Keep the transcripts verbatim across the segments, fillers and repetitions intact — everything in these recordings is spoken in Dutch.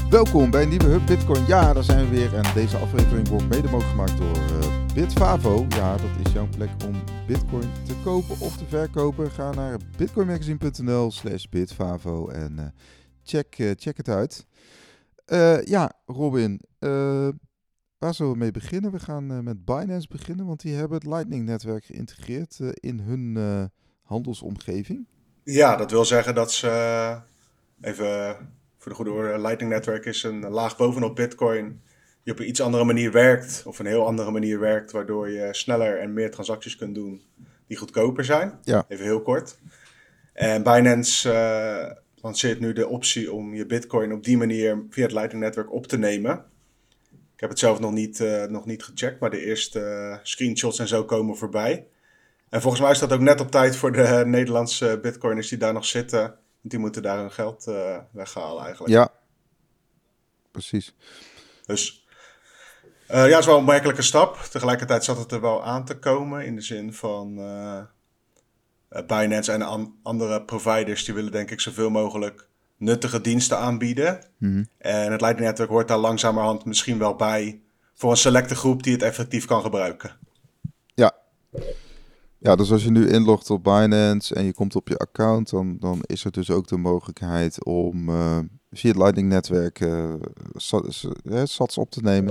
Welkom bij een nieuwe Hub Bitcoin. Ja, daar zijn we weer. En deze aflevering wordt mede mogelijk gemaakt door uh, Bitfavo. Ja, dat is jouw plek om Bitcoin te kopen of te verkopen. Ga naar bitcoinmagazine.nl slash bitfavo en uh, check, uh, check het uit. Uh, ja, Robin, uh, waar zullen we mee beginnen? We gaan uh, met Binance beginnen, want die hebben het Lightning-netwerk geïntegreerd uh, in hun uh, handelsomgeving. Ja, dat wil zeggen dat ze, uh, even voor de goede orde, Lightning-netwerk is een laag bovenop Bitcoin die op een iets andere manier werkt, of een heel andere manier werkt, waardoor je sneller en meer transacties kunt doen die goedkoper zijn. Ja. Even heel kort. En Binance uh, lanceert nu de optie om je Bitcoin op die manier via het Lightning-netwerk op te nemen. Ik heb het zelf nog niet, uh, nog niet gecheckt, maar de eerste uh, screenshots en zo komen voorbij. En volgens mij is dat ook net op tijd voor de Nederlandse bitcoiners die daar nog zitten. Want die moeten daar hun geld uh, weghalen eigenlijk. Ja, precies. Dus uh, ja, het is wel een opmerkelijke stap. Tegelijkertijd zat het er wel aan te komen. In de zin van uh, Binance en an- andere providers die willen denk ik zoveel mogelijk nuttige diensten aanbieden. Mm-hmm. En het Lightning Network hoort daar langzamerhand misschien wel bij voor een selecte groep die het effectief kan gebruiken. Ja. Ja, dus als je nu inlogt op Binance en je komt op je account, dan, dan is er dus ook de mogelijkheid om uh, via het Lightning-netwerk uh, sats, uh, sats op te nemen.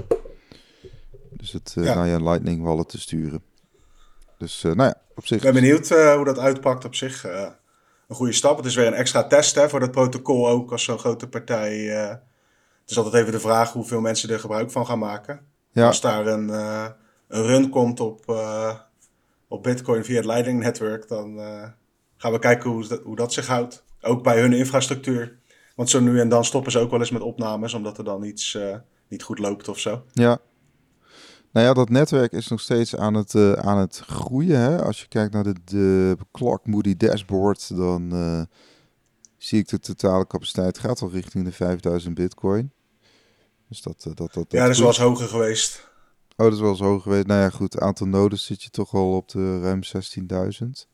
Dus het uh, ja. naar je Lightning wallet te sturen. Dus uh, nou ja, op zich... Ik ben benieuwd uh, hoe dat uitpakt op zich. Uh, een goede stap. Het is weer een extra test hè, voor dat protocol ook als zo'n grote partij. Uh, het is altijd even de vraag hoeveel mensen er gebruik van gaan maken. Ja. Als daar een, uh, een run komt op... Uh, op Bitcoin via het Lightning Network, dan uh, gaan we kijken hoe dat, hoe dat zich houdt. Ook bij hun infrastructuur. Want zo nu en dan stoppen ze ook wel eens met opnames, omdat er dan iets uh, niet goed loopt of zo. Ja. Nou ja, dat netwerk is nog steeds aan het, uh, aan het groeien. Hè? Als je kijkt naar de, de Clock Moody dashboard, dan uh, zie ik de totale capaciteit gaat al richting de vijfduizend Bitcoin. Dus dat, uh, dat, dat, dat ja, dat is wel eens hoger geweest. Oh, dat is wel eens hoog geweest. Nou ja, goed. Aantal nodes zit je toch al op de ruim zestienduizend.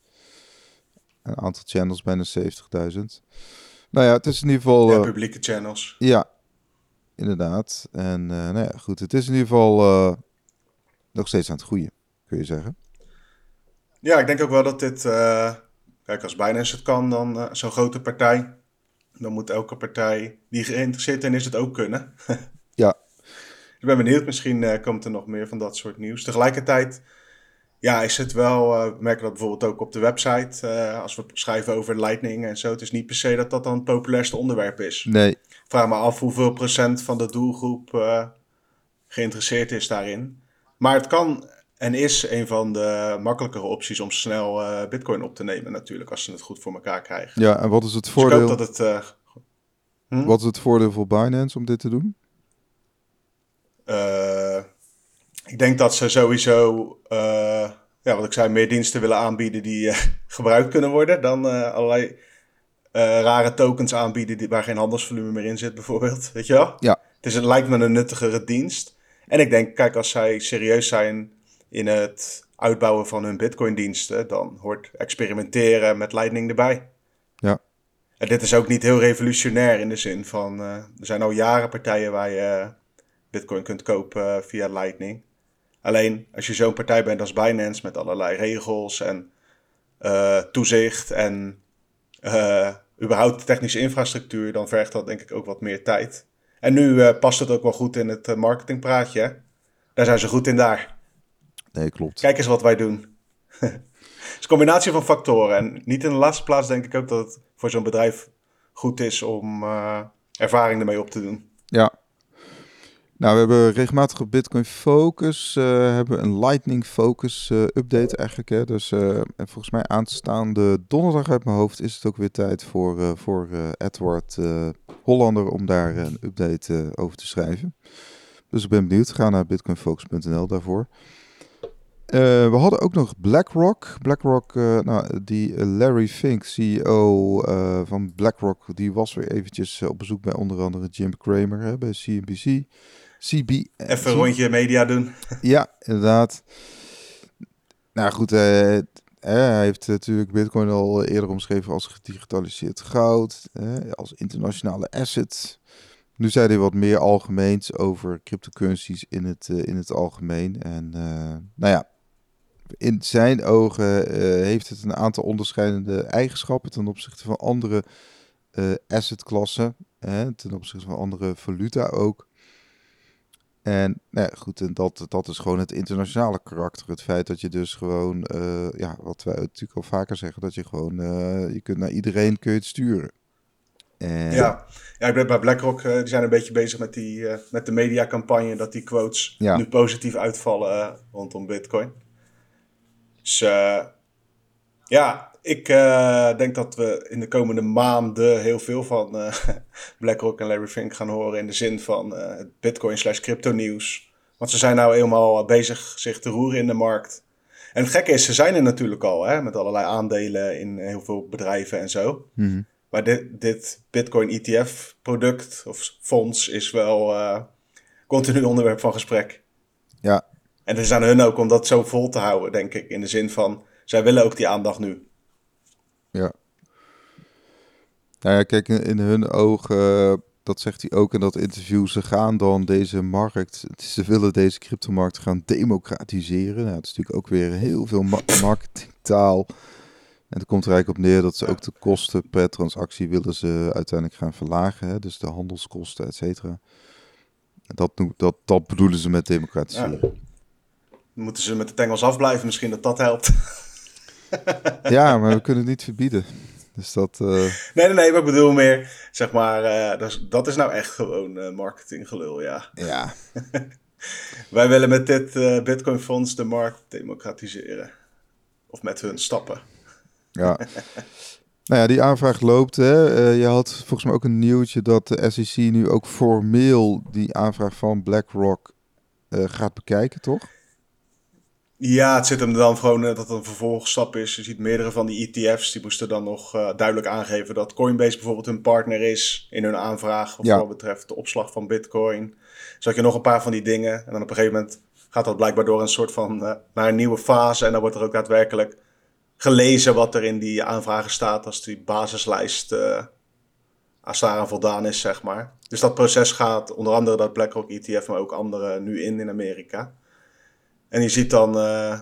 Een aantal channels bijna zeventigduizend. Nou ja, het is in ieder geval... Ja, uh, publieke channels. Ja, inderdaad. En uh, nou ja, goed. Het is in ieder geval uh, nog steeds aan het groeien, kun je zeggen. Ja, ik denk ook wel dat dit... Uh, kijk, als Binance het kan, dan uh, zo'n grote partij... dan moet elke partij die geïnteresseerd in is het ook kunnen. Ja. Ik ben benieuwd, misschien uh, komt er nog meer van dat soort nieuws. Tegelijkertijd, ja, is het wel, uh, we merken dat bijvoorbeeld ook op de website, uh, als we schrijven over Lightning en zo. Het is niet per se dat dat dan het populairste onderwerp is. Nee. Ik vraag me af hoeveel procent van de doelgroep uh, geïnteresseerd is daarin. Maar het kan en is een van de makkelijkere opties om snel uh, Bitcoin op te nemen natuurlijk, als ze het goed voor elkaar krijgen. Ja, en wat is het voordeel? Dus ik hoop dat het... Uh, hm? Wat is het voordeel voor Binance om dit te doen? Uh, ik denk dat ze sowieso, uh, ja, wat ik zei, meer diensten willen aanbieden die uh, gebruikt kunnen worden. Dan uh, allerlei uh, rare tokens aanbieden die, waar geen handelsvolume meer in zit, bijvoorbeeld. Weet je wel? Ja. Het is, het lijkt me een nuttigere dienst. En ik denk, kijk, als zij serieus zijn in het uitbouwen van hun Bitcoin-diensten, dan hoort experimenteren met Lightning erbij. Ja. En dit is ook niet heel revolutionair in de zin van, uh, er zijn al jaren partijen waar je uh, Bitcoin kunt kopen via Lightning. Alleen als je zo'n partij bent als Binance met allerlei regels en uh, toezicht en uh, überhaupt technische infrastructuur, dan vergt dat denk ik ook wat meer tijd. En nu uh, past het ook wel goed in het uh, marketingpraatje. Daar zijn ze goed in daar. Nee, klopt. Kijk eens wat wij doen. Het is een combinatie van factoren. En niet in de laatste plaats denk ik ook dat het voor zo'n bedrijf goed is om uh, ervaring ermee op te doen. Ja. Nou, we hebben regelmatig op Bitcoin Focus, uh, hebben we een Lightning Focus uh, update eigenlijk. Hè? Dus uh, en volgens mij aanstaande donderdag uit mijn hoofd is het ook weer tijd voor, uh, voor uh, Edward uh, Hollander om daar een update uh, over te schrijven. Dus ik ben benieuwd. Ga naar bitcoinfocus punt n l daarvoor. Uh, we hadden ook nog BlackRock. BlackRock, uh, nou, die Larry Fink, C E O uh, van BlackRock, die was weer eventjes op bezoek bij onder andere Jim Cramer hè, bij C N B C. C B, Even een rondje media doen. Ja, inderdaad. Nou goed, uh, hij heeft natuurlijk Bitcoin al eerder omschreven als gedigitaliseerd goud, uh, als internationale asset. nu zei hij wat meer algemeens over cryptocurrencies in het, uh, in het algemeen. En uh, nou ja, in zijn ogen uh, heeft het een aantal onderscheidende eigenschappen ten opzichte van andere uh, assetklassen. Hè, ten opzichte van andere valuta ook. En nou ja, goed, en dat, dat is gewoon het internationale karakter. Het feit dat je dus gewoon, uh, ja, wat wij natuurlijk al vaker zeggen, dat je gewoon, uh, je kunt naar iedereen kun je het sturen. En... Ja. ja, ik ben bij BlackRock, uh, die zijn een beetje bezig met, die, uh, met de mediacampagne, dat die quotes ja. nu positief uitvallen uh, rondom Bitcoin. Dus uh, ja, ik uh, denk dat we in de komende maanden heel veel van uh, BlackRock en Larry Fink gaan horen in de zin van uh, het Bitcoin slash crypto nieuws. Want ze zijn nou helemaal bezig zich te roeren in de markt. En het gekke is, ze zijn er natuurlijk al, hè, met allerlei aandelen in heel veel bedrijven en zo. Mm-hmm. Maar dit, dit Bitcoin E T F product of fonds is wel uh, continu onderwerp van gesprek. Ja. En het is aan hun ook om dat zo vol te houden, denk ik. In de zin van, zij willen ook die aandacht nu. Ja. Nou ja, kijk, in, in hun ogen, uh, dat zegt hij ook in dat interview, ze gaan dan deze markt, ze willen deze cryptomarkt gaan democratiseren. Nou, het is natuurlijk ook weer heel veel ma- marketingtaal. En het komt er eigenlijk op neer dat ze ook de kosten per transactie willen ze uiteindelijk gaan verlagen. Hè? Dus de handelskosten, et cetera. Dat, dat, dat bedoelen ze met democratiseren. Ja. Moeten ze met de tengels afblijven, misschien dat dat helpt. Ja, maar we kunnen het niet verbieden. Dus dat... Uh... Nee, nee, nee, maar ik bedoel meer, zeg maar, uh, dat, is, dat is nou echt gewoon uh, marketinggelul, ja. Ja. Wij willen met dit uh, Bitcoin fonds de markt democratiseren. Of met hun stappen. Ja. Nou ja, die aanvraag loopt. Hè. Uh, je had volgens mij ook een nieuwtje dat de S E C nu ook formeel die aanvraag van BlackRock uh, gaat bekijken, toch? Ja, het zit hem dan gewoon uh, dat het een vervolgstap is. Je ziet meerdere van die E T F's, die moesten dan nog uh, duidelijk aangeven dat Coinbase bijvoorbeeld hun partner is in hun aanvraag. Of ja. Wat betreft de opslag van Bitcoin. Dus had je nog een paar van die dingen. En dan op een gegeven moment gaat dat blijkbaar door een soort van uh, naar een nieuwe fase. En dan wordt er ook daadwerkelijk gelezen wat er in die aanvragen staat als die basislijst uh, als daaraan voldaan is, zeg maar. Dus dat proces gaat onder andere dat BlackRock E T F, maar ook andere nu in in Amerika. En je ziet dan uh,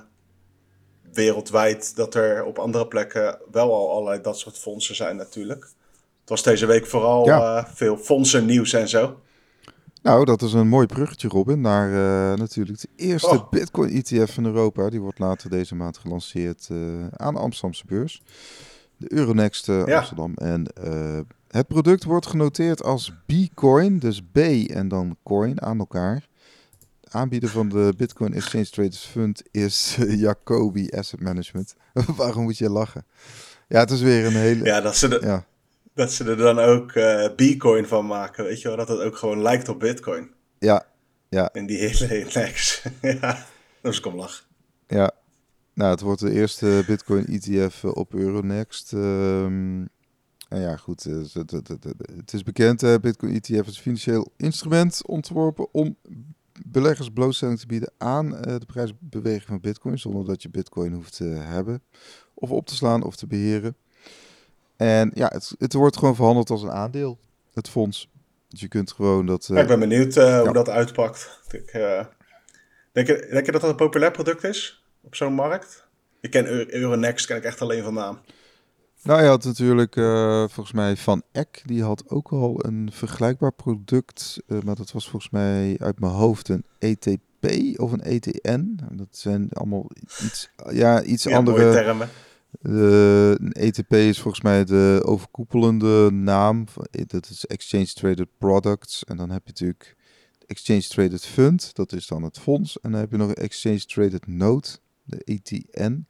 wereldwijd dat er op andere plekken wel al allerlei dat soort fondsen zijn natuurlijk. Het was deze week vooral ja. uh, veel fondsen nieuws en zo. Nou, dat is een mooi bruggetje, Robin, naar uh, natuurlijk de eerste oh. Bitcoin E T F van Europa. Die wordt later deze maand gelanceerd uh, aan de Amsterdamse beurs. De Euronext uh, ja. Amsterdam. En uh, het product wordt genoteerd als B-Coin, dus B en dan coin aan elkaar. De aanbieder van de Bitcoin Exchange Traded Fund is uh, Jacobi Asset Management. Waarom moet je lachen? Ja, het is weer een hele... Ja, dat ze de... Ja. Dat ze er dan ook uh, B-Coin van maken, weet je wel? Dat het ook gewoon lijkt op Bitcoin. Ja, ja. In die hele index. Ja, dat is kom lach. Ja, nou, het wordt de eerste Bitcoin E T F op Euronext. Um, en ja, goed, uh, het, het, het, het is bekend, uh, Bitcoin E T F is een financieel instrument ontworpen om beleggers blootstelling te bieden aan uh, de prijsbeweging van Bitcoin, zonder dat je Bitcoin hoeft te hebben, of op te slaan of te beheren. En ja, het, het wordt gewoon verhandeld als een aandeel, het fonds. Dus je kunt gewoon dat... Uh... Ja, ik ben benieuwd uh, hoe ja. dat uitpakt. Ik, uh, denk, je, denk je dat dat een populair product is op zo'n markt? Ik ken Euronext, ken ik echt alleen van naam. Nou, je had natuurlijk uh, volgens mij Van Eck, die had ook al een vergelijkbaar product. Uh, maar dat was volgens mij uit mijn hoofd een E T P of een E T N. Dat zijn allemaal iets, ja, iets ja, andere... mooie termen. Uh, een E T P is volgens mij de overkoepelende naam. Dat is Exchange Traded Products. En dan heb je natuurlijk Exchange Traded Fund. Dat is dan het fonds. En dan heb je nog een Exchange Traded Note. De E T N.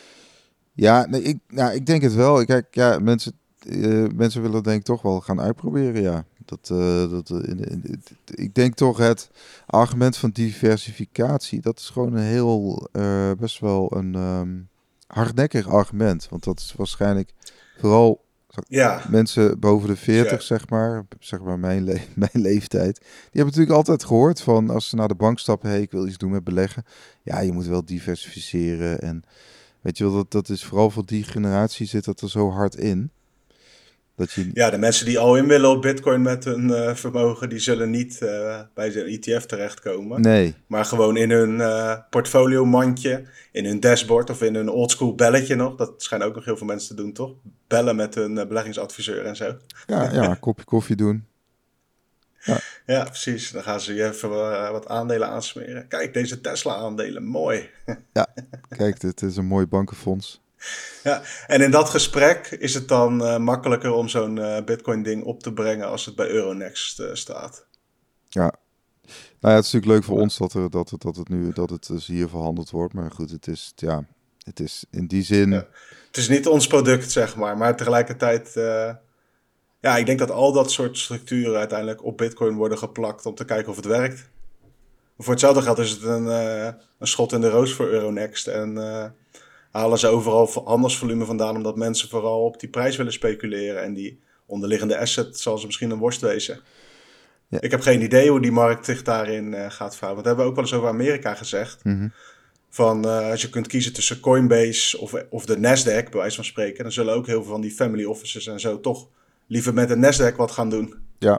Ja, nee, ik, nou, ik denk het wel. Kijk, ja, mensen, uh, mensen willen het denk ik toch wel gaan uitproberen, ja. Dat, uh, dat, uh, in, in, in, ik denk toch het argument van diversificatie. Dat is gewoon een heel, uh, best wel een... Um, hardnekkig argument, want dat is waarschijnlijk vooral ja. mensen boven de veertig, ja. zeg maar, zeg maar mijn, le- mijn leeftijd, die hebben natuurlijk altijd gehoord van als ze naar de bank stappen, hey, ik wil iets doen met beleggen, ja, je moet wel diversificeren en weet je wel, dat, dat is vooral voor die generatie zit dat er zo hard in. Dat je... Ja, de mensen die al in willen op Bitcoin met hun uh, vermogen, die zullen niet uh, bij de E T F terechtkomen. Nee. Maar gewoon in hun uh, portfolio mandje, in hun dashboard of in hun oldschool belletje nog. Dat schijnen ook nog heel veel mensen te doen, toch? Bellen met hun uh, beleggingsadviseur en zo. Ja, ja, een kopje koffie doen. Ja. ja, precies. Dan gaan ze je even uh, wat aandelen aansmeren. Kijk, deze Tesla-aandelen, mooi. Ja, kijk, dit is een mooi bankenfonds. Ja, en in dat gesprek is het dan uh, makkelijker om zo'n uh, Bitcoin-ding op te brengen als het bij Euronext uh, staat. Ja. Nou ja, het is natuurlijk leuk voor ons dat, er, dat, het, dat het nu dat het dus hier verhandeld wordt. Maar goed, het is, ja, het is in die zin... Ja. Het is niet ons product, zeg maar. Maar tegelijkertijd... Uh, ja, ik denk dat al dat soort structuren uiteindelijk op Bitcoin worden geplakt om te kijken of het werkt. Voor hetzelfde geld is het een, uh, een schot in de roos voor Euronext. En uh, halen ze overal handelsvolume vandaan omdat mensen vooral op die prijs willen speculeren. En die onderliggende asset zal ze misschien een worst wezen. Ja. Ik heb geen idee hoe die markt zich daarin uh, gaat vouwen. Want dat hebben we ook wel eens over Amerika gezegd. Mm-hmm. Van uh, als je kunt kiezen tussen Coinbase of, of de Nasdaq, bij wijze van spreken. Dan zullen ook heel veel van die family offices en zo toch liever met de Nasdaq wat gaan doen. Ja.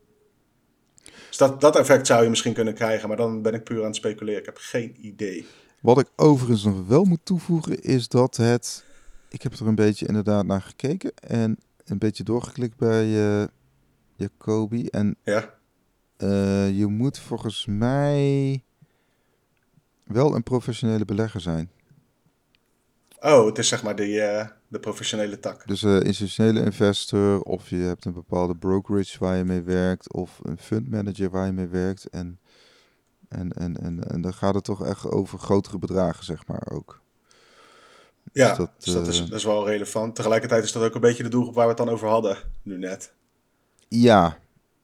Dus dat, dat effect zou je misschien kunnen krijgen. Maar dan ben ik puur aan het speculeren. Ik heb geen idee. Wat ik overigens nog wel moet toevoegen is dat het... Ik heb er een beetje inderdaad naar gekeken. En een beetje doorgeklikt bij uh, Jacoby. En ja. uh, je moet volgens mij wel een professionele belegger zijn. Oh, het is zeg maar de, uh, de professionele tak. Dus een uh, institutionele investor, of je hebt een bepaalde brokerage waar je mee werkt, of een fund manager waar je mee werkt. En, en, en, en, en dan gaat het toch echt over grotere bedragen, zeg maar, ook. Ja, dus dat, dus dat, is, dat is wel relevant. Tegelijkertijd is dat ook een beetje de doelgroep waar we het dan over hadden, nu net. Ja.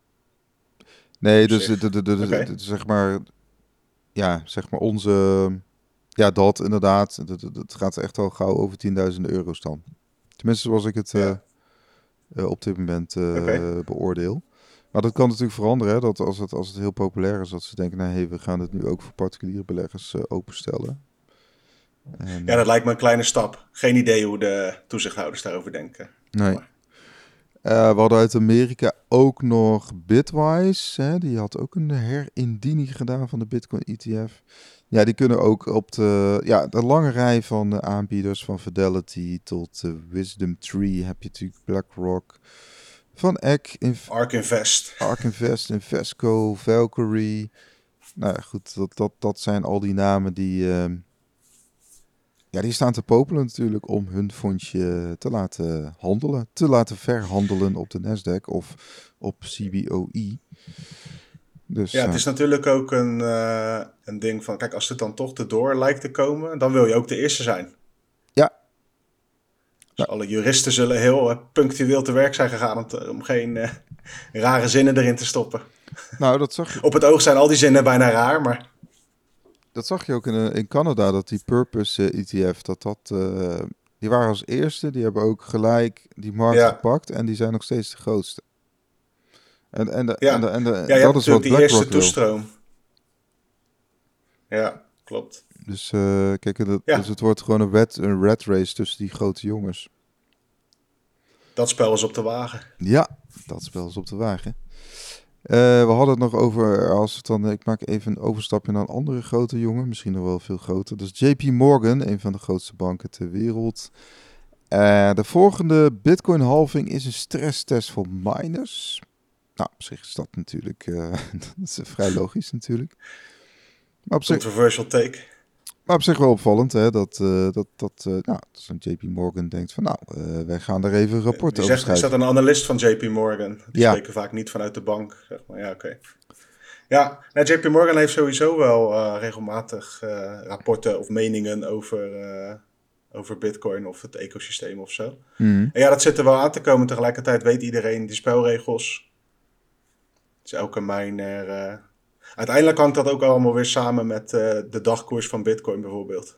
Nee, dus de, de, de, de, okay. de, de, zeg maar, ja, zeg maar onze... Ja, dat inderdaad. Het, het, het gaat echt al gauw over tienduizenden euro's dan. Tenminste, zoals ik het ja. uh, uh, op dit moment uh, okay. beoordeel. Maar dat kan natuurlijk veranderen. Hè, dat als het, als het heel populair is, dat ze denken... nou, hey, we gaan het nu ook voor particuliere beleggers uh, openstellen. En, ja, dat lijkt me een kleine stap. Geen idee hoe de toezichthouders daarover denken. Nee. Maar... Uh, we hadden uit Amerika ook nog Bitwise. Hè, die had ook een herindiening gedaan van de Bitcoin E T F. Ja, die kunnen ook op de, ja, de lange rij van aanbieders, van Fidelity tot uh, Wisdom Tree, heb je natuurlijk BlackRock, van Eck, Inf- Ark Invest, Ark Invest, Invesco, Valkyrie. Nou ja, goed, dat, dat, dat zijn al die namen die, uh, ja, die staan te popelen natuurlijk om hun fondje te laten handelen, te laten verhandelen op de Nasdaq of op C B O E. Dus, ja, het is uh, natuurlijk ook een, uh, een ding van... Kijk, als het dan toch erdoor lijkt te komen... dan wil je ook de eerste zijn. Ja. Dus ja. Alle juristen zullen heel uh, punctueel te werk zijn gegaan... om, te, om geen uh, rare zinnen erin te stoppen. Nou, dat zag je. Op het oog zijn al die zinnen bijna raar, maar... Dat zag je ook in, in Canada, dat die Purpose uh, E T F... Dat dat, uh, die waren als eerste, die hebben ook gelijk die markt ja. gepakt... en die zijn nog steeds de grootste. En, en, de, ja. en, de, en de, ja, dat is wat die BlackRock eerste wil. toestroom. Ja, klopt. Dus uh, kijk, dat, ja. dus het wordt gewoon een red, een red race tussen die grote jongens. Dat spel is op de wagen. Ja, dat spel is op de wagen. Uh, we hadden het nog over, als het dan, ik maak even een overstapje naar een andere grote jongen, misschien nog wel veel groter. Dus J P Morgan, een van de grootste banken ter wereld. Uh, de volgende Bitcoin halving is een stresstest voor miners. Nou, op zich is dat natuurlijk, uh, dat is vrij logisch natuurlijk. Maar op zich, controversial take. Maar op zich wel opvallend, hè, dat, uh, dat, dat uh, nou, zo'n J P Morgan denkt van, nou, uh, wij gaan er even een rapport over schrijven. Er staat een analist van J P Morgan. Die ja. spreken vaak niet vanuit de bank, zeg maar. Ja, oké. Okay. Ja, nou, J P Morgan heeft sowieso wel uh, regelmatig uh, rapporten of meningen over, uh, over Bitcoin of het ecosysteem of zo. Mm. En ja, dat zit er wel aan te komen. Tegelijkertijd weet iedereen die spelregels. Dus elke miner... Uh, Uiteindelijk hangt dat ook allemaal weer samen met uh, de dagkoers van Bitcoin bijvoorbeeld.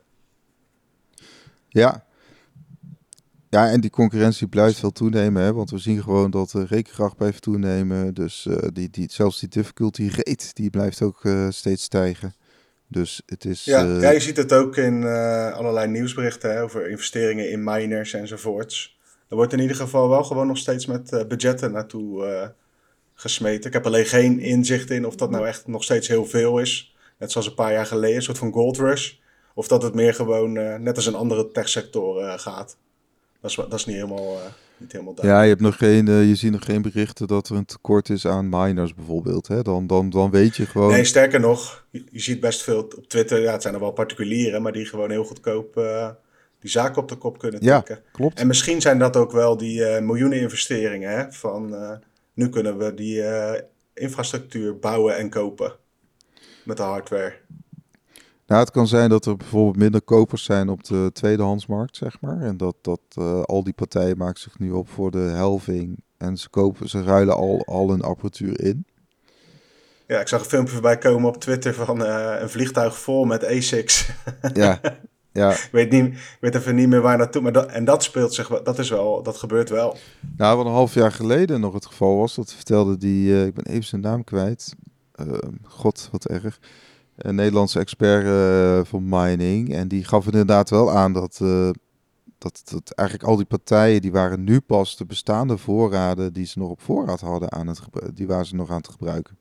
Ja. Ja, en die concurrentie blijft wel toenemen, hè? Want we zien gewoon dat de rekenkracht blijft toenemen. Dus uh, die, die, zelfs die difficulty rate, die blijft ook uh, steeds stijgen. Dus het is... Ja, uh... ja je ziet het ook in uh, allerlei nieuwsberichten hè, over investeringen in miners enzovoorts. Er er wordt in ieder geval wel gewoon nog steeds met uh, budgetten naartoe uh, gesmeten. Ik heb alleen geen inzicht in of dat nou echt nog steeds heel veel is. Net zoals een paar jaar geleden, een soort van gold rush. Of dat het meer gewoon uh, net als een andere techsector uh, gaat. Dat is, dat is niet helemaal, uh, niet helemaal duidelijk. Ja, je, hebt nog geen, uh, je ziet nog geen berichten dat er een tekort is aan miners bijvoorbeeld. Hè? Dan, dan, dan weet je gewoon... Nee, sterker nog, je, je ziet best veel op Twitter. Ja, het zijn er wel particulieren, maar die gewoon heel goedkoop uh, die zaken op de kop kunnen tikken. Ja, klopt. En misschien zijn dat ook wel die uh, miljoenen investeringen. Hè? Van uh, nu kunnen we die uh, infrastructuur bouwen en kopen met de hardware. Nou, het kan zijn dat er bijvoorbeeld minder kopers zijn op de tweedehandsmarkt, zeg maar. En dat, dat uh, al die partijen maken zich nu op voor de helving. En ze kopen, ze ruilen al, al hun apparatuur in. Ja, ik zag een filmpje voorbij komen op Twitter van uh, een vliegtuig vol met A SICs. Ja, ja. Ik weet, niet, ik weet even niet meer waar naartoe, maar dat, en dat speelt zich, dat is wel, dat gebeurt wel. Nou, wat een half jaar geleden nog het geval was, dat vertelde die, uh, ik ben even zijn naam kwijt. Uh, God, wat erg. Een Nederlandse expert uh, van mining. En die gaf inderdaad wel aan dat, uh, dat, dat eigenlijk al die partijen, die waren nu pas de bestaande voorraden die ze nog op voorraad hadden, aan het gebru- die waren ze nog aan het gebruiken.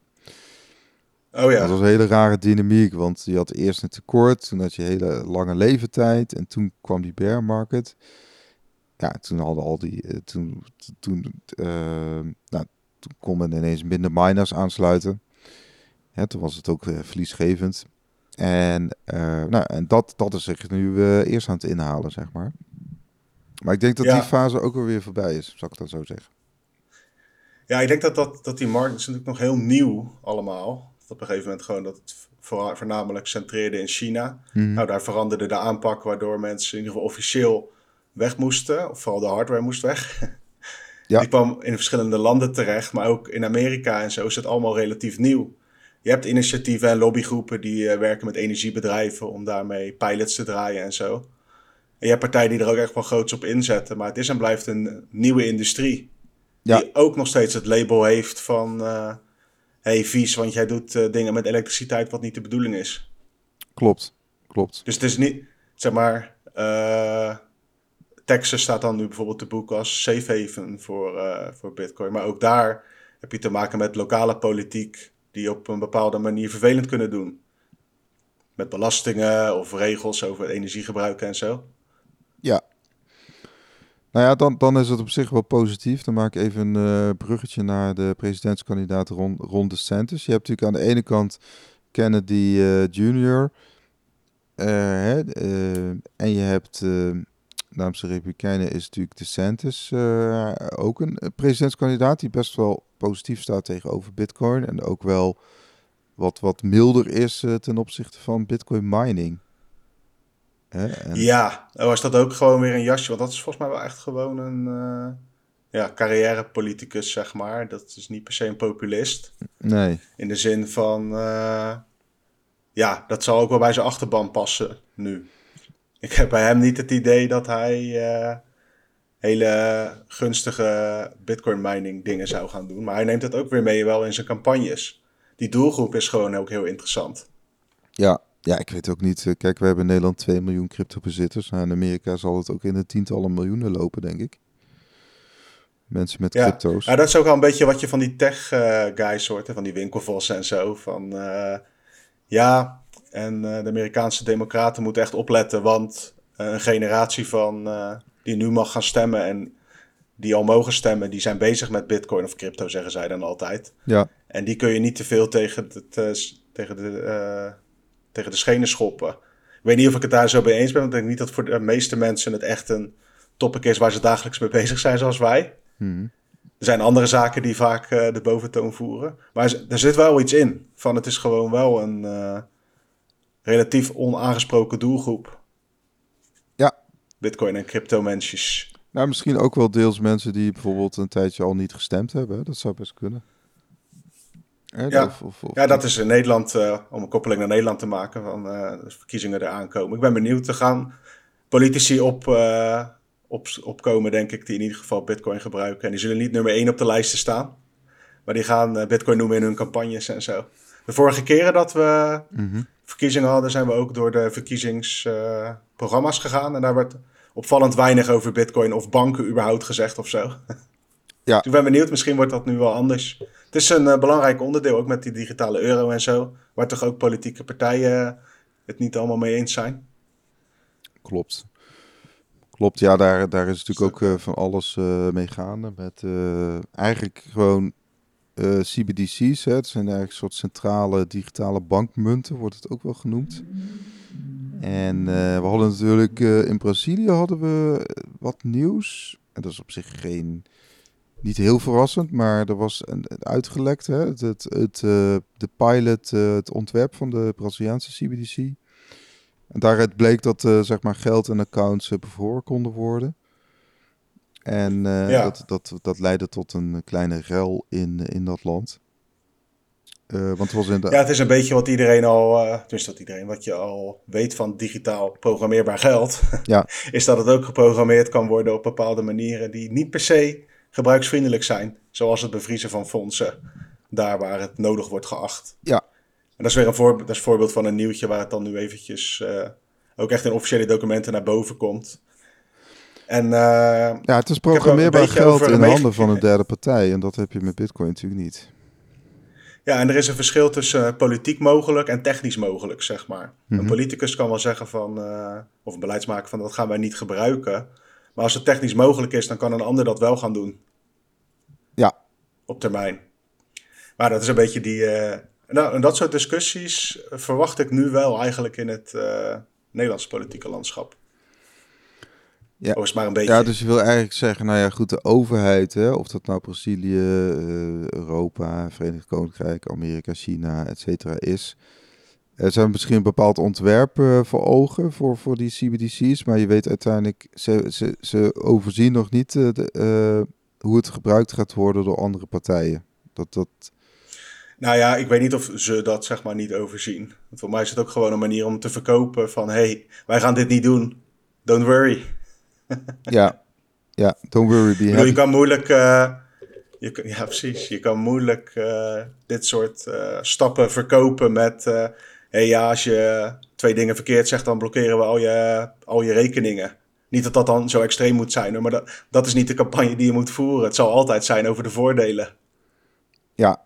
Oh ja. Dat was een hele rare dynamiek, want je had eerst een tekort, toen had je hele lange leeftijd en toen kwam die bear market. Ja, toen hadden al die, uh, toen, toen, uh, nou, toen kon men ineens minder miners aansluiten. Ja, toen was het ook uh, verliesgevend. En, uh, nou, en dat, dat is zich nu uh, eerst aan het inhalen, zeg maar. Maar ik denk dat ja. die fase ook alweer voorbij is, zou ik dat zo zeggen. Ja, ik denk dat, dat, dat die markt is natuurlijk nog heel nieuw allemaal. Op een gegeven moment gewoon dat het voor, voornamelijk centreerde in China. Mm-hmm. Nou, daar veranderde de aanpak waardoor mensen in ieder geval officieel weg moesten. Of vooral de hardware moest weg. Ja. Die kwam in verschillende landen terecht. Maar ook in Amerika en zo is het allemaal relatief nieuw. Je hebt initiatieven en lobbygroepen die uh, werken met energiebedrijven om daarmee pilots te draaien en zo. En je hebt partijen die er ook echt wel groots op inzetten. Maar het is en blijft een nieuwe industrie. Ja. Die ook nog steeds het label heeft van... Uh, hey, vies, want jij doet uh, dingen met elektriciteit wat niet de bedoeling is. Klopt, klopt. Dus het is niet, zeg maar... Uh, Texas staat dan nu bijvoorbeeld te boek als safe haven voor, uh, voor Bitcoin. Maar ook daar heb je te maken met lokale politiek... die op een bepaalde manier vervelend kunnen doen. Met belastingen of regels over energiegebruik en zo. Ja. Nou ja, dan, dan is het op zich wel positief. Dan maak ik even een uh, bruggetje naar de presidentskandidaat Ron, Ron DeSantis. Je hebt natuurlijk aan de ene kant Kennedy uh, junior Uh, hè, uh, en je hebt, uh, namens de Republikeinen is natuurlijk DeSantis uh, ook een presidentskandidaat... die best wel positief staat tegenover Bitcoin. En ook wel wat, wat milder is uh, ten opzichte van Bitcoin mining. Hè? En... Ja, was dat ook gewoon weer een jasje? Want dat is volgens mij wel echt gewoon een uh, ja, carrièrepoliticus, zeg maar. Dat is niet per se een populist. Nee. In de zin van... Uh, ja, dat zal ook wel bij zijn achterban passen nu. Ik heb bij hem niet het idee dat hij... Uh, hele gunstige Bitcoin mining dingen zou gaan doen. Maar hij neemt het ook weer mee wel in zijn campagnes. Die doelgroep is gewoon ook heel interessant. Ja, ja, ik weet ook niet. Kijk, we hebben in Nederland twee miljoen crypto-bezitters. Nou, in Amerika zal het ook in de tientallen miljoenen lopen, denk ik. Mensen met ja. crypto's. Ja, dat is ook al een beetje wat je van die tech-guys uh, hoort. Van die winkelvossen en zo. Van uh, ja, en uh, de Amerikaanse democraten moeten echt opletten. Want uh, een generatie van... Uh, die nu mag gaan stemmen en die al mogen stemmen, die zijn bezig met Bitcoin of crypto, zeggen zij dan altijd. Ja. En die kun je niet te veel tegen, het, uh, tegen, de, uh, tegen de schenen schoppen. Ik weet niet of ik het daar zo mee eens ben, want ik denk niet dat voor de meeste mensen het echt een topic is waar ze dagelijks mee bezig zijn, zoals wij. Hmm. Er zijn andere zaken die vaak uh, de boventoon voeren. Maar er zit wel iets in, van het is gewoon wel een uh, relatief onaangesproken doelgroep. Ja. Bitcoin en crypto mensjes. Nou, misschien ook wel deels mensen die bijvoorbeeld een tijdje al niet gestemd hebben. Dat zou best kunnen. Eh, ja. Of, of, of, ja, dat is in Nederland, uh, om een koppeling naar Nederland te maken, van uh, de verkiezingen eraan komen. Ik ben benieuwd, te gaan politici op, uh, op, opkomen, denk ik, die in ieder geval Bitcoin gebruiken. En die zullen niet nummer één op de lijsten staan. Maar die gaan uh, Bitcoin noemen in hun campagnes en zo. De vorige keren dat we mm-hmm. verkiezingen hadden, zijn we ook door de verkiezingsprogramma's uh, gegaan. En daar werd opvallend weinig over Bitcoin of banken überhaupt gezegd of zo. Ja. Dus ik ben benieuwd, misschien wordt dat nu wel anders. Het is een uh, belangrijk onderdeel, ook met die digitale euro en zo. Waar toch ook politieke partijen het niet allemaal mee eens zijn. Klopt. Klopt, ja, daar, daar is natuurlijk ook uh, van alles uh, mee gaande. Met uh, eigenlijk gewoon uh, C B D C's. Hè. Het zijn eigenlijk een soort centrale digitale bankmunten, wordt het ook wel genoemd. En uh, we hadden natuurlijk uh, in Brazilië hadden we wat nieuws. En dat is op zich geen, niet heel verrassend, maar er was een, een uitgelekt. Hè. Het, het, het, uh, de pilot, uh, het ontwerp van de Braziliaanse C B D C. En daaruit bleek dat uh, zeg maar geld en accounts uh, bevroren konden worden. En uh, ja. dat, dat, dat leidde tot een kleine rel in, in dat land. Uh, want het was in de... Ja, het is een beetje wat iedereen al, uh, dus dat iedereen wat je al weet van digitaal programmeerbaar geld, ja. is dat het ook geprogrammeerd kan worden op bepaalde manieren die niet per se gebruiksvriendelijk zijn. Zoals het bevriezen van fondsen, daar waar het nodig wordt geacht. Ja. En dat is weer een, voor, dat is een voorbeeld van een nieuwtje waar het dan nu eventjes uh, ook echt in officiële documenten naar boven komt. En, uh, ja, het is programmeerbaar geld in de handen van een derde partij. En dat heb je met Bitcoin natuurlijk niet. Ja, en er is een verschil tussen uh, politiek mogelijk en technisch mogelijk, zeg maar. Mm-hmm. Een politicus kan wel zeggen van, uh, of een beleidsmaker van, dat gaan wij niet gebruiken. Maar als het technisch mogelijk is, dan kan een ander dat wel gaan doen. Ja. Op termijn. Maar dat is een beetje die... Uh, nou, en dat soort discussies verwacht ik nu wel eigenlijk in het uh, Nederlandse politieke landschap. Ja. Of is maar een beetje... ja, dus je wil eigenlijk zeggen, nou ja, goed, de overheid, hè, of dat nou Brazilië, uh, Europa, Verenigd Koninkrijk, Amerika, China, et cetera is. Er zijn misschien een bepaald ontwerp uh, voor ogen voor, voor die C B D C's, maar je weet uiteindelijk, ze, ze, ze overzien nog niet uh, de, uh, hoe het gebruikt gaat worden door andere partijen. Dat, dat... Nou ja, ik weet niet of ze dat zeg maar niet overzien. Want voor mij is het ook gewoon een manier om te verkopen van, hey, wij gaan dit niet doen. Don't worry. ja, ja, don't worry, be happy. Je kan moeilijk, uh, je kan, ja precies, je kan moeilijk uh, dit soort uh, stappen verkopen met, uh, hey, ja, als je twee dingen verkeerd zegt, dan blokkeren we al je, al je rekeningen. Niet dat dat dan zo extreem moet zijn, hoor, maar dat, dat is niet de campagne die je moet voeren. Het zal altijd zijn over de voordelen. Ja.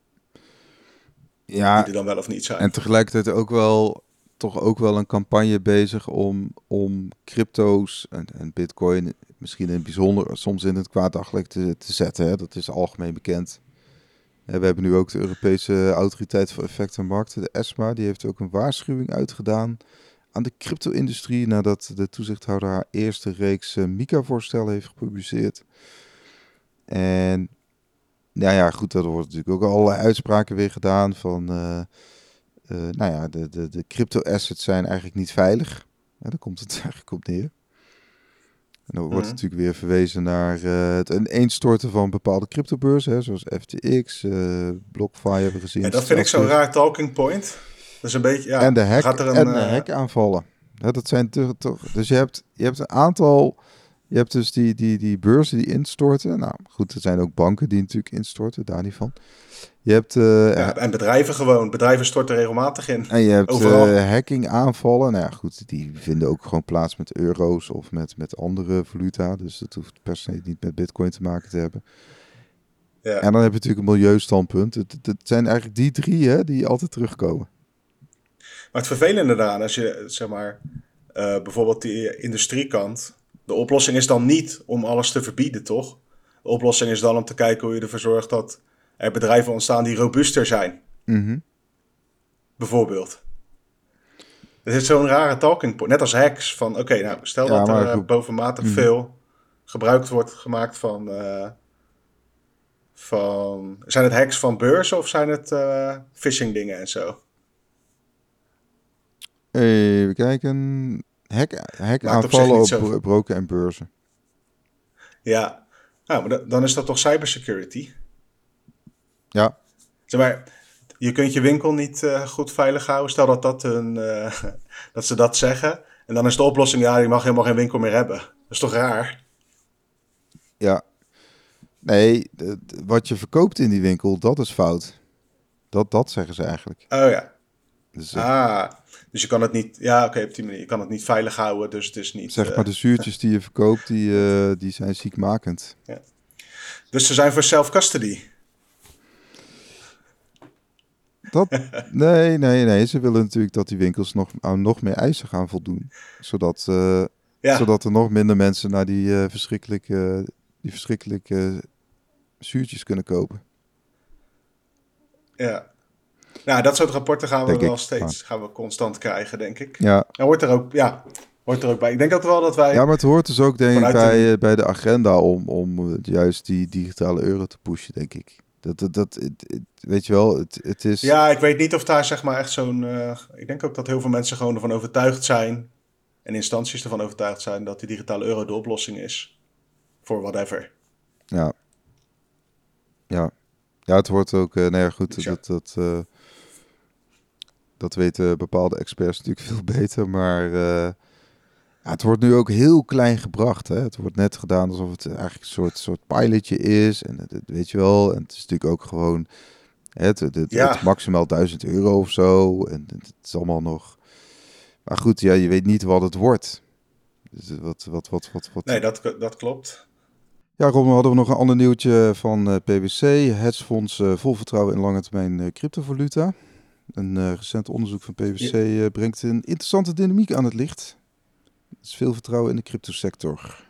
Ja, die er dan wel of niet zijn. En tegelijkertijd ook wel, toch ook wel een campagne bezig om, om crypto's en, en Bitcoin misschien in het bijzonder soms in het kwaad daglicht te, te zetten. Hè. Dat is algemeen bekend. En we hebben nu ook de Europese Autoriteit voor Effecten en Markten, de ESMA, die heeft ook een waarschuwing uitgedaan aan de crypto-industrie nadat de toezichthouder haar eerste reeks uh, MiCA-voorstellen heeft gepubliceerd. En nou ja, goed, er wordt natuurlijk ook allerlei uitspraken weer gedaan van, uh, uh, nou ja, de, de, de crypto-assets zijn eigenlijk niet veilig. Ja, daar komt het eigenlijk op neer. En dan wordt mm-hmm. natuurlijk weer verwezen naar uh, het ineenstorten van bepaalde cryptobeurzen, hè, zoals F T X, uh, BlockFi hebben we gezien. Ja, dat vind ik zo'n raar talking point. Dat is een beetje, ja, en de hack, gaat er een, en de uh... hackaanvallen. Ja, dat zijn toch, toch. Dus je hebt, je hebt een aantal. Je hebt dus die, die, die beurzen die instorten. Nou goed, er zijn ook banken die natuurlijk instorten, daar niet van. Je hebt, uh, ja, en bedrijven gewoon. Bedrijven storten regelmatig in. En je hebt uh, hacking aanvallen. Nou ja, goed, die vinden ook gewoon plaats met euro's of met, met andere valuta. Dus dat hoeft per se niet met Bitcoin te maken te hebben. Ja. En dan heb je natuurlijk een milieustandpunt. Het, het zijn eigenlijk die drie hè, die altijd terugkomen. Maar het vervelende daaraan, als je zeg maar uh, bijvoorbeeld die industriekant. De oplossing is dan niet om alles te verbieden, toch? De oplossing is dan om te kijken hoe je ervoor zorgt dat er bedrijven ontstaan die robuuster zijn. Mm-hmm. Bijvoorbeeld. Het is zo'n rare talking point. Net als hacks. Van oké, okay, nou stel ja, dat er uh, bovenmatig mm-hmm. veel gebruik wordt gemaakt van, uh, van... Zijn het hacks van beurzen of zijn het uh, phishing dingen en zo? Even kijken. Hack, hack aanvallen op zo... broken en beurzen. Ja, nou, maar dan is dat toch cybersecurity? Ja. Zeg maar, je kunt je winkel niet uh, goed veilig houden. Stel dat, dat, hun, uh, dat ze dat zeggen. En dan is de oplossing, ja, je mag helemaal geen winkel meer hebben. Dat is toch raar? Ja. Nee, de, de, wat je verkoopt in die winkel, dat is fout. Dat, dat zeggen ze eigenlijk. Oh ja. Dus, uh, Ah, dus je kan het niet... Ja, oké, okay, op die manier. Je kan het niet veilig houden, dus het is niet... Zeg uh, maar, de zuurtjes die je verkoopt, die, uh, die zijn ziekmakend. Ja. Dus ze zijn voor self-custody? Dat, nee, nee, nee. Ze willen natuurlijk dat die winkels nog, aan nog meer eisen gaan voldoen. Zodat, uh, ja. zodat er nog minder mensen naar die uh, verschrikkelijke, die verschrikkelijke zuurtjes kunnen kopen. Ja. Nou, dat soort rapporten gaan we denk wel ik, steeds maar... gaan we constant krijgen, denk ik. Ja. En hoort er ook, ja, hoort er ook bij. Ik denk ook wel dat wij... Ja, maar het hoort dus ook denk ik bij, een... bij de agenda om, om juist die digitale euro te pushen, denk ik. Dat, dat, dat het, het, weet je wel, het, het is... Ja, ik weet niet of daar zeg maar echt zo'n... Uh, ik denk ook dat heel veel mensen gewoon ervan overtuigd zijn... en instanties ervan overtuigd zijn... dat die digitale euro de oplossing is. Voor whatever. Ja. Ja. Ja, het hoort ook... Uh, nee, goed, dus ja. dat... dat uh, Dat weten bepaalde experts natuurlijk veel beter, maar uh, ja, het wordt nu ook heel klein gebracht. Hè? Het wordt net gedaan alsof het eigenlijk een soort, soort pilotje is. En dat weet je wel. En het is natuurlijk ook gewoon het, het, het, ja. het maximaal duizend euro of zo. En het is allemaal nog... Maar goed, ja, je weet niet wat het wordt. Dus wat, wat, wat, wat, wat... Nee, dat, dat klopt. Ja, Rob, hadden we nog een ander nieuwtje van uh, P W C. Hedgefonds uh, vol vertrouwen in lange termijn uh, cryptovaluta. Een uh, recent onderzoek van P W C uh, brengt een interessante dynamiek aan het licht. Er is veel vertrouwen in de cryptosector.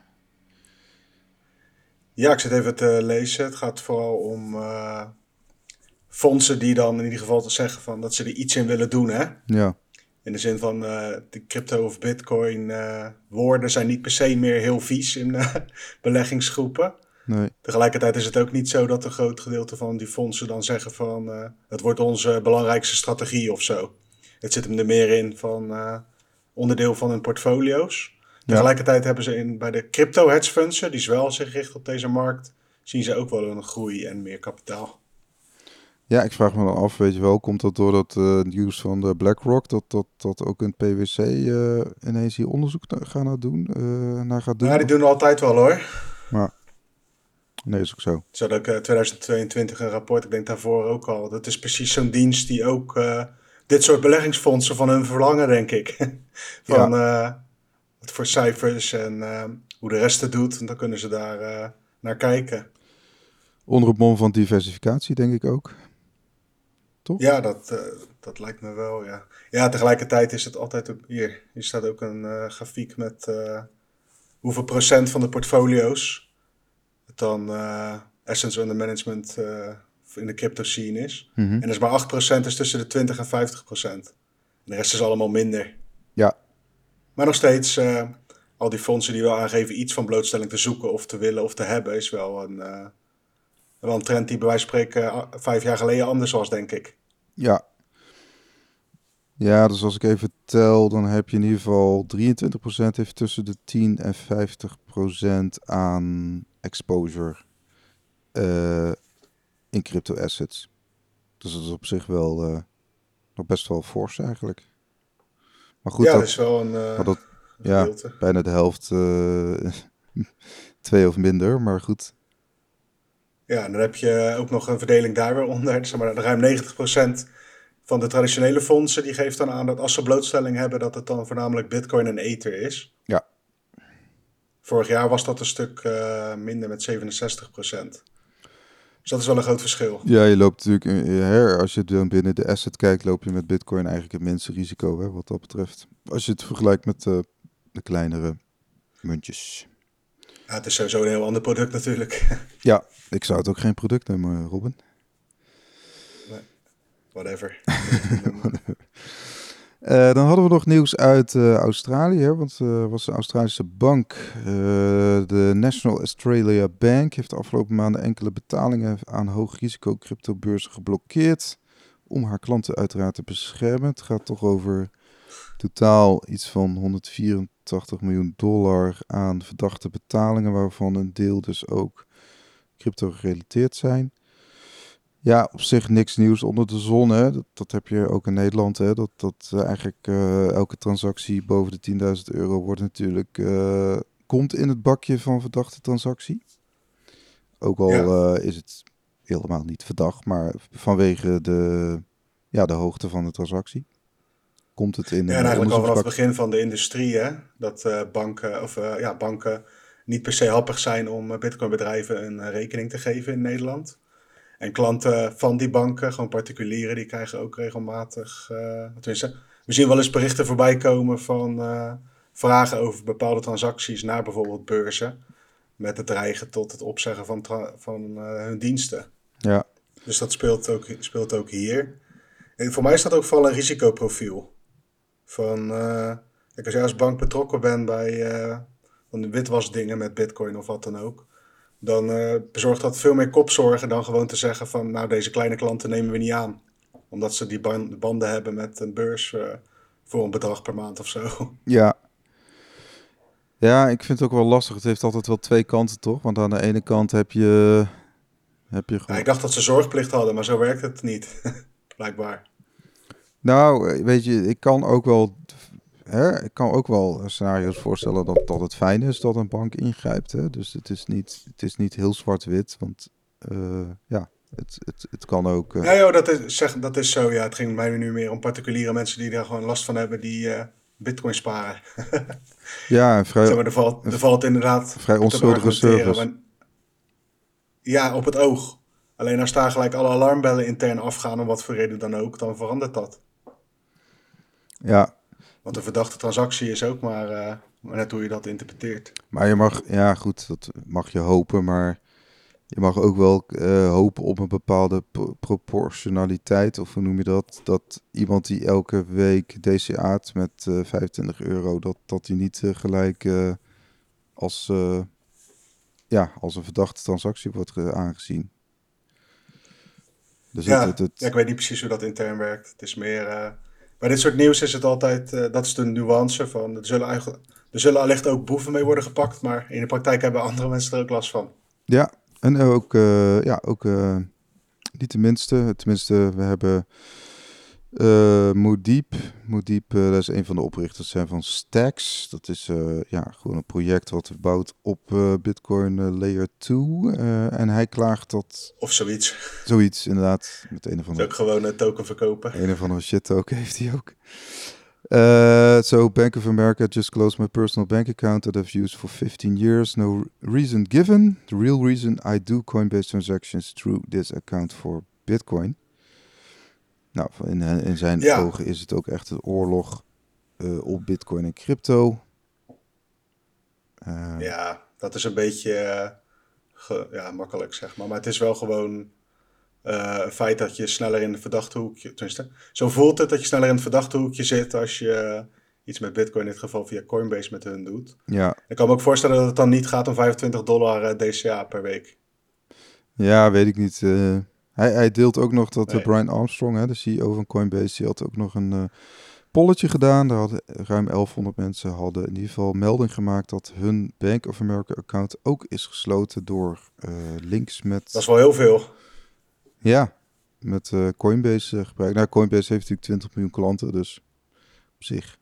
Ja, ik zit even te lezen. Het gaat vooral om uh, fondsen die dan in ieder geval zeggen van dat ze er iets in willen doen, hè? Ja. In de zin van uh, de crypto of bitcoin uh, woorden zijn niet per se meer heel vies in uh, beleggingsgroepen. Nee. Tegelijkertijd is het ook niet zo dat een groot gedeelte van die fondsen dan zeggen van... Uh, het wordt onze belangrijkste strategie of zo. Het zit hem er meer in van uh, onderdeel van hun portfolio's. Ja. Tegelijkertijd hebben ze in, bij de crypto hedge funds, die zowel zich richten op deze markt... zien ze ook wel een groei en meer kapitaal. Ja, ik vraag me dan af, weet je wel, komt dat door dat uh, nieuws van de BlackRock... dat, dat, dat ook een P W C uh, ineens hier onderzoek naar, gaan naar doen? Uh, naar gaat doen ja, die of? doen altijd wel hoor. Maar... Nee, is ook zo. Ze hadden ook uh, tweeduizend tweeëntwintig een rapport, ik denk daarvoor ook al. Dat is precies zo'n dienst die ook uh, dit soort beleggingsfondsen van hun verlangen, denk ik. van ja. uh, wat voor cijfers en uh, hoe de rest het doet. En dan kunnen ze daar uh, naar kijken. Onder het mom van diversificatie, denk ik ook. Toch? Ja, dat, uh, dat lijkt me wel, ja. Ja, tegelijkertijd is het altijd ook... Hier, hier staat ook een uh, grafiek met uh, hoeveel procent van de portfolio's... dan uh, assets under management uh, in de crypto scene is. Mm-hmm. En dus maar acht procent is tussen de twintig en vijftig procent. En de rest is allemaal minder. Ja. Maar nog steeds, uh, al die fondsen die wel aangeven iets van blootstelling te zoeken of te willen of te hebben, is wel een, uh, wel een trend die bij wijze van spreken uh, vijf jaar geleden anders was, denk ik. Ja. Ja, dus als ik even tel, dan heb je in ieder geval drieëntwintig procent heeft tussen de tien en vijftig procent aan exposure uh, in crypto assets. Dus dat is op zich wel uh, nog best wel fors eigenlijk. Maar goed, ja, dat, dat is wel een, uh, maar dat, een ja, gedeelte. bijna de helft, uh, twee of minder, maar goed. Ja, en dan heb je ook nog een verdeling daar weer onder. Zeg maar, ruim negentig procent van de traditionele fondsen die geeft dan aan dat als ze blootstelling hebben, dat het dan voornamelijk Bitcoin en Ether is. Ja. Vorig jaar was dat een stuk uh, minder met zevenenzestig procent. Dus dat is wel een groot verschil. Ja, je loopt natuurlijk, her, als je dan binnen de asset kijkt, loop je met Bitcoin eigenlijk het minste risico, hè, wat dat betreft. Als je het vergelijkt met uh, de kleinere muntjes. Ja, het is sowieso een heel ander product natuurlijk. Ja, ik zou het ook geen product noemen, Robin. Nee, whatever. uh, dan hadden we nog nieuws uit uh, Australië, hè, want er uh, was een Australische bank. Uh, de National Australia Bank heeft de afgelopen maanden enkele betalingen aan hoog risico cryptobeurzen geblokkeerd. Om haar klanten uiteraard te beschermen. Het gaat toch over totaal iets van honderdvierentachtig miljoen dollar aan verdachte betalingen, waarvan een deel dus ook crypto gerelateerd zijn. Ja, op zich niks nieuws onder de zon. Hè. Dat, dat heb je ook in Nederland. Hè. Dat, dat uh, eigenlijk uh, elke transactie boven de tienduizend euro wordt natuurlijk uh, komt in het bakje van verdachte transactie. Ook al ja. uh, is het helemaal niet verdacht, maar vanwege de, ja, de hoogte van de transactie. komt het in Ja, een en eigenlijk al vanaf het onderzoekspak. begin van de industrie, hè, dat uh, banken, of, uh, ja, banken niet per se happig zijn om uh, bitcoinbedrijven een uh, rekening te geven in Nederland. En klanten van die banken, gewoon particulieren, die krijgen ook regelmatig, uh, tenminste, we zien wel eens berichten voorbij komen van uh, vragen over bepaalde transacties naar bijvoorbeeld beurzen, met het dreigen tot het opzeggen van, tra- van uh, hun diensten. Ja. Dus dat speelt ook, speelt ook hier. En voor mij is dat ook vooral een risicoprofiel. Van, uh, kijk, als jij als bank betrokken bent bij uh, van de witwasdingen met bitcoin of wat dan ook, dan uh, bezorgt dat veel meer kopzorgen dan gewoon te zeggen van, nou, deze kleine klanten nemen we niet aan. Omdat ze die ban- banden hebben met een beurs uh, voor een bedrag per maand of zo. Ja. Ja, ik vind het ook wel lastig. Het heeft altijd wel twee kanten, toch? Want aan de ene kant heb je... Heb je Ja, gewoon... ik dacht dat ze zorgplicht hadden, maar zo werkt het niet. Blijkbaar. Nou, weet je, ik kan ook wel... Hè, ik kan ook wel scenario's voorstellen dat, dat het fijn is dat een bank ingrijpt. Hè? Dus het is niet, het is niet heel zwart-wit, want uh, ja, het, het, het kan ook... Uh... Ja, joh, dat is, zeg, dat is zo. Ja, het ging mij nu meer om particuliere mensen die daar gewoon last van hebben, die uh, bitcoin sparen. Ja, vrij, zeg maar, er, valt, er valt inderdaad vrij onschuldige service. Maar, ja, op het oog. Alleen als daar gelijk alle alarmbellen intern afgaan, om wat voor reden dan ook, dan verandert dat. Ja. Want een verdachte transactie is ook maar, uh, maar net hoe je dat interpreteert. Maar je mag, ja goed, dat mag je hopen, maar je mag ook wel uh, hopen op een bepaalde pro- proportionaliteit, of hoe noem je dat? Dat iemand die elke week D C A't met uh, vijfentwintig euro, dat, dat die niet uh, gelijk uh, als, uh, ja, als een verdachte transactie wordt uh, aangezien. Dus ja, het, het, het... ja, ik weet niet precies hoe dat intern werkt. Het is meer... Uh, bij dit soort nieuws is het altijd... Uh, dat is de nuance van... Er zullen, eigenlijk, er zullen allicht ook boeven mee worden gepakt, maar in de praktijk hebben andere mensen er ook last van. Ja, en ook... Uh, ja, ook uh, niet tenminste. Tenminste, we hebben... Uh, Modeep, Modeep uh, dat is een van de oprichters zijn van Stacks. Dat is uh, ja, gewoon een project wat bouwt op uh, Bitcoin uh, Layer twee. Uh, en hij klaagt dat... Of zoiets. Zoiets, inderdaad. Met een of andere... ook gewoon een token verkopen. Een of andere shit token heeft hij ook. Uh, so Bank of America just closed my personal bank account that I've used for fifteen years. No reason given. The real reason I do Coinbase transactions through this account for Bitcoin. Nou, in, in zijn ja. ogen is het ook echt een oorlog uh, op Bitcoin en crypto. Uh, ja, dat is een beetje uh, ge, ja, makkelijk, zeg maar. Maar het is wel gewoon uh, een feit dat je sneller in het verdachte hoekje... Tenminste, zo voelt het dat je sneller in het verdachte hoekje zit als je uh, iets met Bitcoin, in dit geval via Coinbase, met hun doet. Ja. Ik kan me ook voorstellen dat het dan niet gaat om vijfentwintig dollar uh, D C A per week. Ja, weet ik niet... Uh... Hij, hij deelt ook nog dat nee. uh, Brian Armstrong, hè, de C E O van Coinbase, die had ook nog een uh, polletje gedaan. Daar hadden ruim elfhonderd mensen hadden in ieder geval melding gemaakt dat hun Bank of America account ook is gesloten door uh, links met... Dat is wel heel veel. Ja, met uh, Coinbase uh, gebruik. Nou, Coinbase heeft natuurlijk twintig miljoen klanten, dus op zich...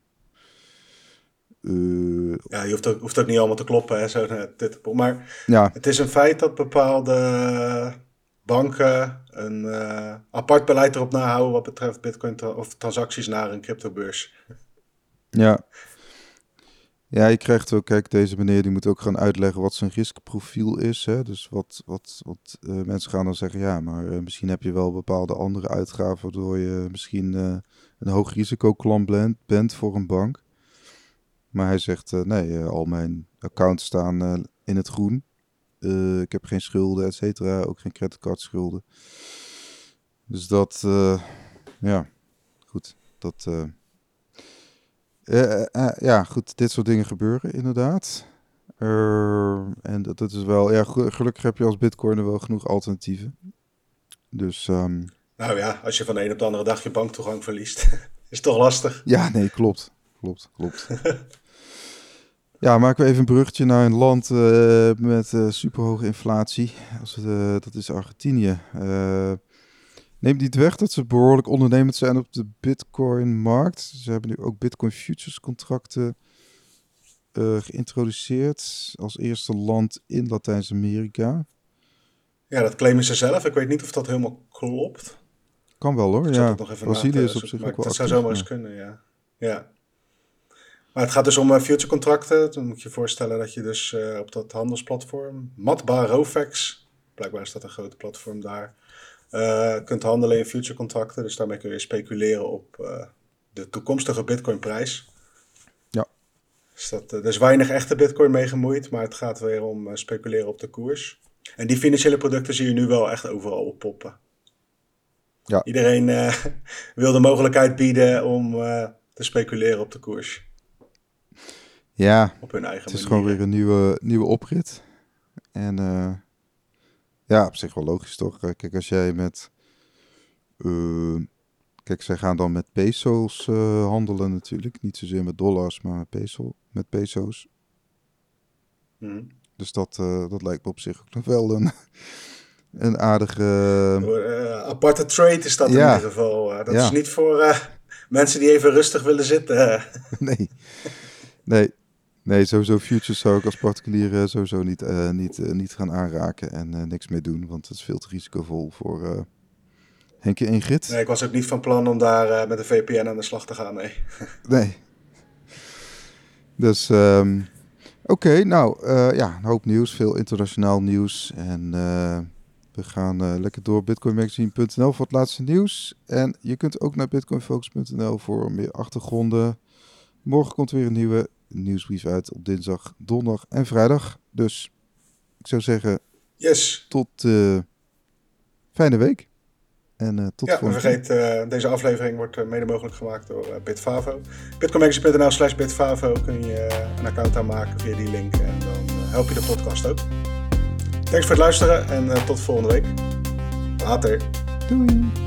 Uh, ja, je hoeft ook, hoeft ook niet allemaal te kloppen, hè, zo, dit, maar ja. Het is een feit dat bepaalde... banken een uh, apart beleid erop nahouden wat betreft bitcoin tra- of transacties naar een cryptobeurs. Ja. Ja, je krijgt ook, kijk, deze meneer die moet ook gaan uitleggen wat zijn risicoprofiel is. Hè? Dus wat, wat, wat uh, mensen gaan dan zeggen, ja, maar uh, misschien heb je wel bepaalde andere uitgaven waardoor je misschien uh, een hoog risicoklant bent, bent voor een bank. Maar hij zegt, uh, nee, uh, al mijn accounts staan uh, in het groen. Uh, ik heb geen schulden, et cetera. Ook geen creditcardschulden. Dus dat, uh, ja, goed. Dat, uh, uh, uh, ja, goed. Dit soort dingen gebeuren inderdaad. Uh, en dat, dat is wel, ja, gelukkig heb je als Bitcoiner wel genoeg alternatieven. Dus, um, nou ja, als je van de een op de andere dag je banktoegang verliest, is het toch lastig. Ja, nee, klopt. Klopt, klopt. Ja, maken we even een bruggetje naar een land uh, met uh, superhoge inflatie. Als het, uh, dat is Argentinië. Uh, neemt niet weg dat ze behoorlijk ondernemend zijn op de Bitcoin-markt. Ze hebben nu ook Bitcoin futures contracten uh, geïntroduceerd als eerste land in Latijns-Amerika. Ja, dat claimen ze zelf. Ik weet niet of dat helemaal klopt. Kan wel hoor, ik ja. Brazilië is op zich ook wel Dat actief, zou zomaar maar... eens kunnen, ja. Ja. Maar het gaat dus om uh, future contracten. Dan moet je je voorstellen dat je dus uh, op dat handelsplatform, Matba Rofex, blijkbaar is dat een groot platform daar, uh, kunt handelen in future contracten. Dus daarmee kun je speculeren op uh, de toekomstige Bitcoin-prijs. Ja. Dus dat, uh, er is weinig echte Bitcoin mee gemoeid, maar het gaat weer om uh, speculeren op de koers. En die financiële producten zie je nu wel echt overal oppoppen. Ja. Iedereen uh, wil de mogelijkheid bieden om uh, te speculeren op de koers. Ja, op hun eigen het is manier. gewoon weer een nieuwe, nieuwe oprit. En uh, ja, op zich wel logisch toch? Kijk, als jij met... Uh, kijk, zij gaan dan met peso's uh, handelen natuurlijk. Niet zozeer met dollars, maar met, peso, met peso's. Hmm. Dus dat, uh, dat lijkt me op zich ook nog wel een, een aardige... Uh, aparte trade is dat ja. in ieder geval. Uh, dat ja. is niet voor uh, mensen die even rustig willen zitten. nee, nee. Nee, sowieso futures zou ik als particulier uh, sowieso niet, uh, niet, uh, niet gaan aanraken en uh, niks mee doen. Want het is veel te risicovol voor uh, Henk en Ingrid. Nee, ik was ook niet van plan om daar uh, met een V P N aan de slag te gaan, nee. nee. Dus, um, oké, okay, nou uh, ja, een hoop nieuws, veel internationaal nieuws. En uh, we gaan uh, lekker door bitcoin magazine punt n l voor het laatste nieuws. En je kunt ook naar bitcoin focus punt n l voor meer achtergronden. Morgen komt weer een nieuwe nieuwsbrief uit op dinsdag, donderdag en vrijdag. Dus ik zou zeggen, yes. tot uh, fijne week. En uh, tot ja, volgende en vergeet, uh, deze aflevering wordt uh, mede mogelijk gemaakt door uh, Bitfavo. bitcoin magazine punt n l slash Bitfavo kun je uh, een account aanmaken via die link. En dan uh, help je de podcast ook. Thanks voor het luisteren en uh, tot volgende week. Later. Doei.